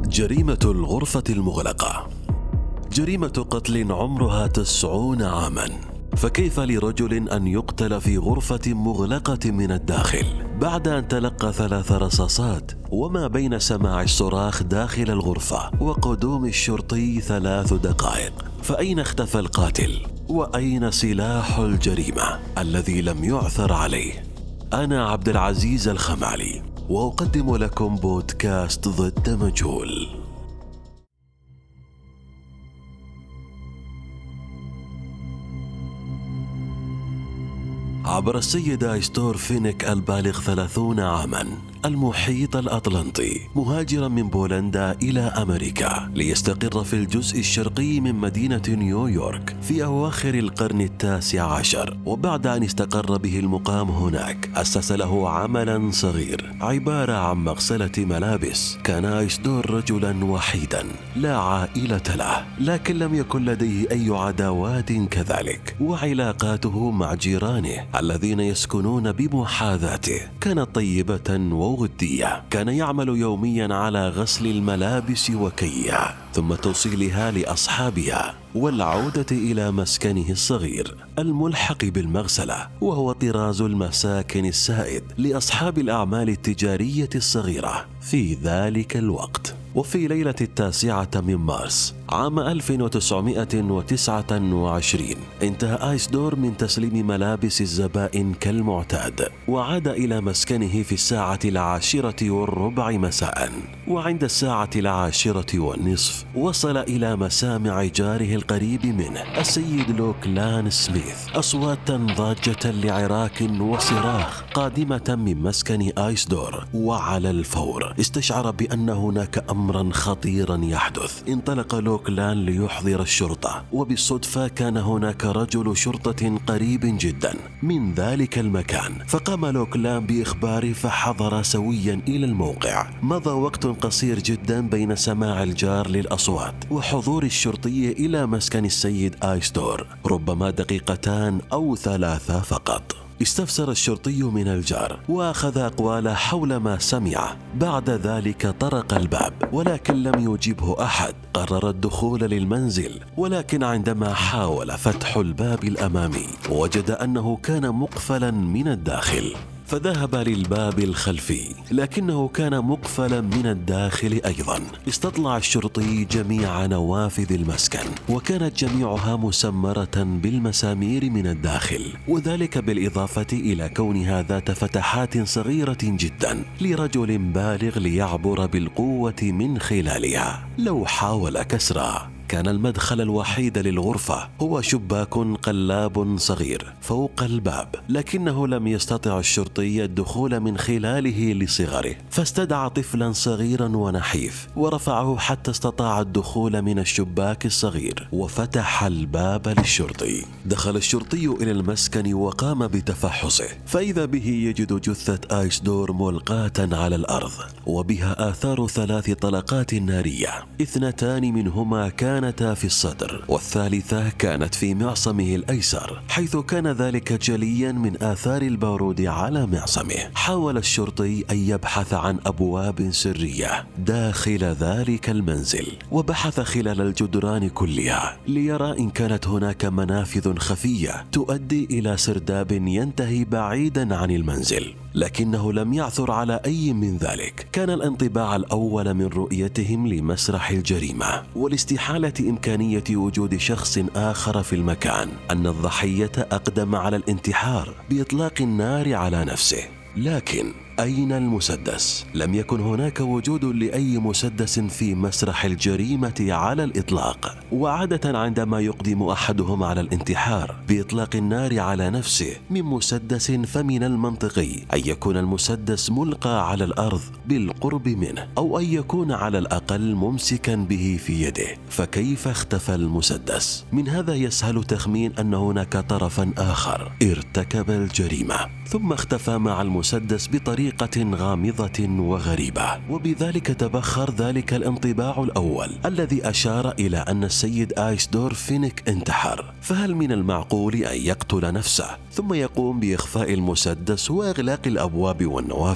جريمة الغرفة المغلقة. جريمة قتل عمرها 90 عاما، فكيف لرجل أن يقتل في غرفة مغلقة من الداخل بعد أن تلقى 3 رصاصات، وما بين سماع الصراخ داخل الغرفة وقدوم الشرطي 3 دقائق؟ فأين اختفى القاتل؟ وأين سلاح الجريمة الذي لم يعثر عليه؟ أنا عبد العزيز الخمالي، وأقدم لكم بودكاست ضد مجهول. عبر السيد آيستور فينيك البالغ 30 عاما المحيط الأطلنطي، مهاجرا من بولندا إلى أمريكا ليستقر في الجزء الشرقي من مدينة نيويورك في أواخر القرن 19، وبعد أن استقر به المقام هناك أسس له عملا صغير عبارة عن مغسلة ملابس. كان آيستور رجلا وحيدا لا عائلة له، لكن لم يكن لديه أي عداوات كذلك، وعلاقاته مع جيرانه الذين يسكنون بمحاذاته كانت طيبة وودية. كان يعمل يوميا على غسل الملابس وكيها ثم توصيلها لأصحابها والعودة إلى مسكنه الصغير الملحق بالمغسلة، وهو طراز المساكن السائد لأصحاب الأعمال التجارية الصغيرة في ذلك الوقت. وفي ليلة 9 من مارس عام 1929 انتهى آيسدور من تسليم ملابس الزبائن كالمعتاد، وعاد إلى مسكنه في 10:10 مساء. وعند 10:10 وصل إلى مسامع جاره القريب منه السيد لوكلان سميث أصواتا ضاجة لعراك وصراخ قادمة من مسكن آيسدور، وعلى الفور استشعر بأن هناك أمرا خطيرا يحدث. انطلق لوكلان ليحضر الشرطة، وبالصدفة كان هناك رجل شرطة قريب جدا من ذلك المكان، فقام لوكلان بإخباره فحضر سويا إلى الموقع. مضى وقت قصير جدا بين سماع الجار للأصوات وحضور الشرطي إلى مسكن السيد آيستور، ربما 2 أو 3 فقط. استفسر الشرطي من الجار وأخذ أقواله حول ما سمع. بعد ذلك طرق الباب ولكن لم يجبه أحد. قرر الدخول للمنزل، ولكن عندما حاول فتح الباب الأمامي وجد أنه كان مقفلا من الداخل، فذهب للباب الخلفي لكنه كان مقفلا من الداخل أيضا. استطلع الشرطي جميع نوافذ المسكن، وكانت جميعها مسمرة بالمسامير من الداخل، وذلك بالإضافة إلى كونها ذات فتحات صغيرة جدا لرجل بالغ ليعبر بالقوة من خلالها لو حاول كسرها. كان المدخل الوحيد للغرفة هو شباك قلاب صغير فوق الباب، لكنه لم يستطع الشرطي الدخول من خلاله لصغره، فاستدعى طفلا صغيرا ونحيف ورفعه حتى استطاع الدخول من الشباك الصغير وفتح الباب للشرطي. دخل الشرطي إلى المسكن وقام بتفحصه، فإذا به يجد جثة آيسدور ملقاة على الأرض وبها آثار 3 طلقات نارية، 2 منهما كانتا في الصدر، والثالثة كانت في معصمه الأيسر، حيث كان ذلك جليا من آثار البارود على معصمه. حاول الشرطي أن يبحث عن أبواب سرية داخل ذلك المنزل، وبحث خلال الجدران كلها ليرى إن كانت هناك منافذ خفية تؤدي إلى سرداب ينتهي بعيدا عن المنزل، لكنه لم يعثر على أي من ذلك. كان الانطباع الأول من رؤيتهم لمسرح الجريمة والاستحالة إمكانية وجود شخص آخر في المكان أن الضحية أقدم على الانتحار بإطلاق النار على نفسه. لكن أين المسدس؟ لم يكن هناك وجود لأي مسدس في مسرح الجريمة على الإطلاق، وعادة عندما يقدم أحدهم على الانتحار بإطلاق النار على نفسه من مسدس، فمن المنطقي أن يكون المسدس ملقى على الأرض بالقرب منه، أو أن يكون على الأقل ممسكا به في يده، فكيف اختفى المسدس؟ من هذا يسهل تخمين أن هناك طرفا آخر ارتكب الجريمة ثم اختفى مع المسدس بطريقة غامضة وغريبة، وبذلك تبخر ذلك الانطباع الأول الذي أشار إلى أن السيد آيسدور فينيك انتحر. فهل من المعقول أن يقتل نفسه ثم يقوم بإخفاء المسدس وإغلاق الأبواب والنوافذ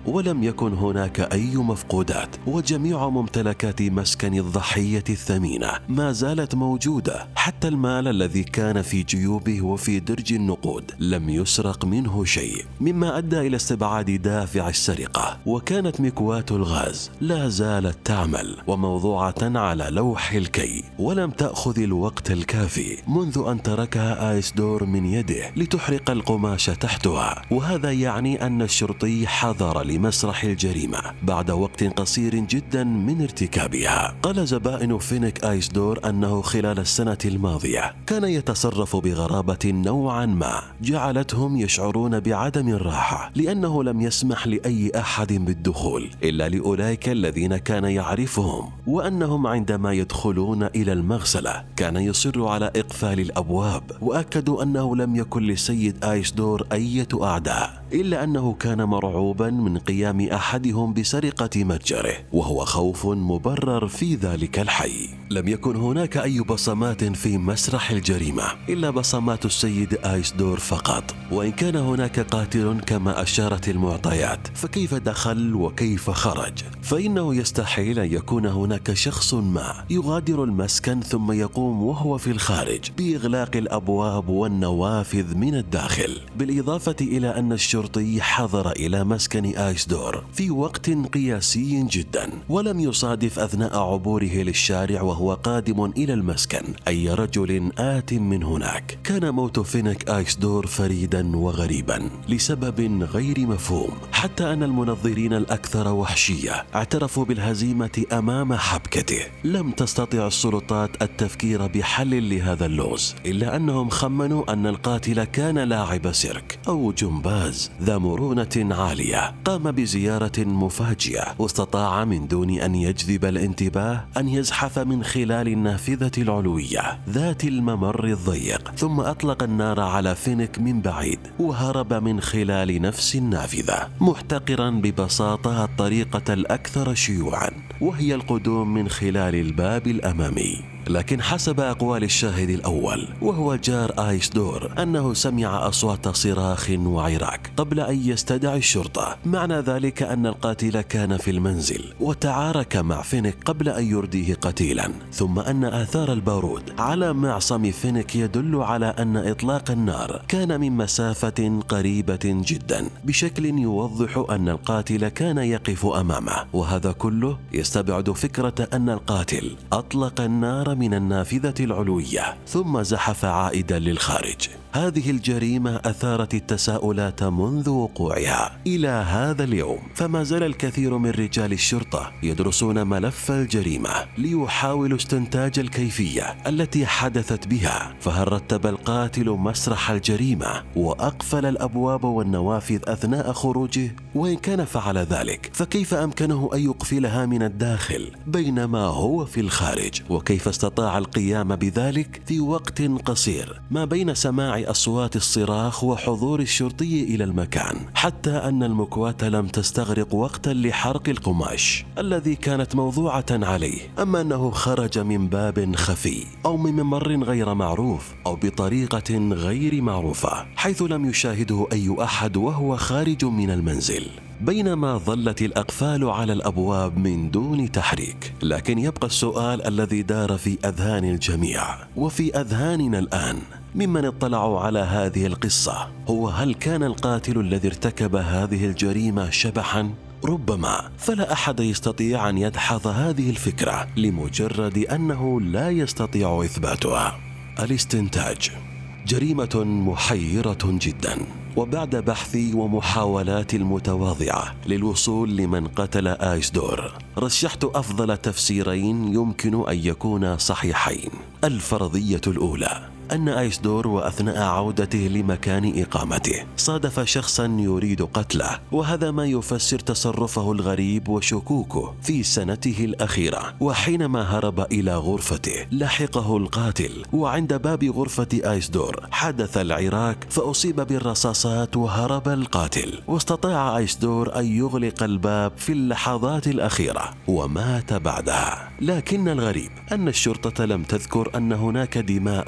ولم يكن هناك أي مفقودات، وجميع ممتلكات مسكن الضحية الثمينة ما زالت موجودة، حتى المال الذي كان في جيوبه وفي درج النقود لم يسرق منه شيء، مما أدى إلى استبعاد دافع السرقة. وكانت مكواة الغاز لا زالت تعمل وموضوعة على لوح الكي، ولم تأخذ الوقت الكافي منذ أن تركها آيسدور من يده لتحرق القماش تحتها. وهذا يعني أن الشرطي حضر لمسرح الجريمة بعد وقت قصير جدا من ارتكابها. قال زبائن فينيك آيسدور أنه خلال السنة الماضية كان يتصرف بغرابة نوعا ما جعلتهم يشعرون بعدم الراحة، لأنه لم يسمح لأي أحد بالدخول إلا لأولئك الذين كان يعرفهم، وأنهم عندما يدخلون إلى المغسلة كان يصر على إقفال الأبواب. وأكدوا أنه لم يكن للسيد آيسدور أي أعداء، إلا أنه كان مرعوبا من قيام أحدهم بسرقة متجره، وهو خوف مبرر في ذلك الحي. لم يكن هناك أي بصمات في مسرح الجريمة إلا بصمات السيد آيسدور فقط، وإن كان هناك قاتل كما أشارت المعطيات، فكيف دخل وكيف خرج؟ فإنه يستحيل أن يكون هناك شخص ما يغادر المسكن ثم يقوم وهو في الخارج بإغلاق الأبواب والنوافذ من الداخل. بالإضافة إلى أن الشرطي حضر إلى مسكن آيسدور في وقت قياسي جدا، ولم يصادف أثناء عبوره للشارع وهو قادم إلى المسكن أي رجل آت من هناك. كان موت فينيك آيسدور فريدا وغريبا لسبب غير مفهوم، حتى أن المنظرين الأكثر وحشية اعترفوا بالهزيمة أمام حبكته. لم تستطع السلطات التفكير بحل لهذا اللغز، إلا أنهم خمنوا أن القاتل كان لاعب سيرك أو جمباز ذا مرونة عالية، قام بزيارة مفاجئة واستطاع من دون أن يجذب الانتباه أن يزحف من خلال النافذة العلوية ذات الممر الضيق، ثم أطلق النار على فينيك من بعيد وهرب من خلال نفس النافذة، محتقرا ببساطة الطريقة الأكثر شيوعا، وهي القدوم من خلال الباب الأمامي. لكن حسب أقوال الشاهد الأول وهو جار آيسدور أنه سمع أصوات صراخ وعراك قبل أن يستدعي الشرطة. معنى ذلك أن القاتل كان في المنزل وتعارك مع فينيك قبل أن يرديه قتيلا، ثم أن آثار البارود على معصم فينيك يدل على أن إطلاق النار كان من مسافة قريبة جدا بشكل يوضح أن القاتل كان يقف أمامه. وهذا كله يستبعد فكرة أن القاتل أطلق النار من النافذة العلوية ثم زحف عائدا للخارج. هذه الجريمة أثارت التساؤلات منذ وقوعها إلى هذا اليوم، فما زال الكثير من رجال الشرطة يدرسون ملف الجريمة ليحاولوا استنتاج الكيفية التي حدثت بها. فهل رتب القاتل مسرح الجريمة وأقفل الأبواب والنوافذ أثناء خروجه؟ وإن كان فعل ذلك فكيف أمكنه أن يقفلها من الداخل بينما هو في الخارج؟ وكيف استطاع القيام بذلك في وقت قصير ما بين سماع أصوات الصراخ وحضور الشرطي إلى المكان، حتى أن المكواة لم تستغرق وقتا لحرق القماش الذي كانت موضوعة عليه، أما أنه خرج من باب خفي أو من ممر غير معروف أو بطريقة غير معروفة حيث لم يشاهده أي أحد وهو خارج من المنزل، بينما ظلت الأقفال على الأبواب من دون تحريك. لكن يبقى السؤال الذي دار في أذهان الجميع وفي أذهاننا الآن ممن اطلعوا على هذه القصة، هو هل كان القاتل الذي ارتكب هذه الجريمة شبحا؟ ربما، فلا أحد يستطيع أن يدحض هذه الفكرة لمجرد أنه لا يستطيع إثباتها. الاستنتاج: جريمة محيرة جدا، وبعد بحثي ومحاولات المتواضعة للوصول لمن قتل آيسدور رشحت أفضل تفسيرين يمكن أن يكونا صحيحين. الفرضية الأولى أن آيسدور وأثناء عودته لمكان إقامته صادف شخصا يريد قتله، وهذا ما يفسر تصرفه الغريب وشكوكه في سنته الأخيرة. وحينما هرب إلى غرفته لحقه القاتل، وعند باب غرفة آيسدور حدث العراك فأصيب بالرصاصات وهرب القاتل، واستطاع آيسدور أن يغلق الباب في اللحظات الأخيرة ومات بعدها. لكن الغريب أن الشرطة لم تذكر أن هناك دماء على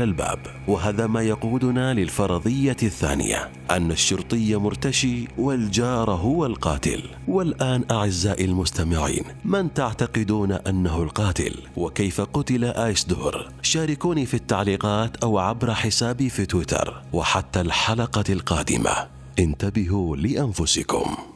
على الباب. وهذا ما يقودنا للفرضية الثانية، أن الشرطي مرتشي والجار هو القاتل. والآن أعزائي المستمعين، من تعتقدون أنه القاتل؟ وكيف قتل آيس دور؟ شاركوني في التعليقات أو عبر حسابي في تويتر. وحتى الحلقة القادمة، انتبهوا لأنفسكم.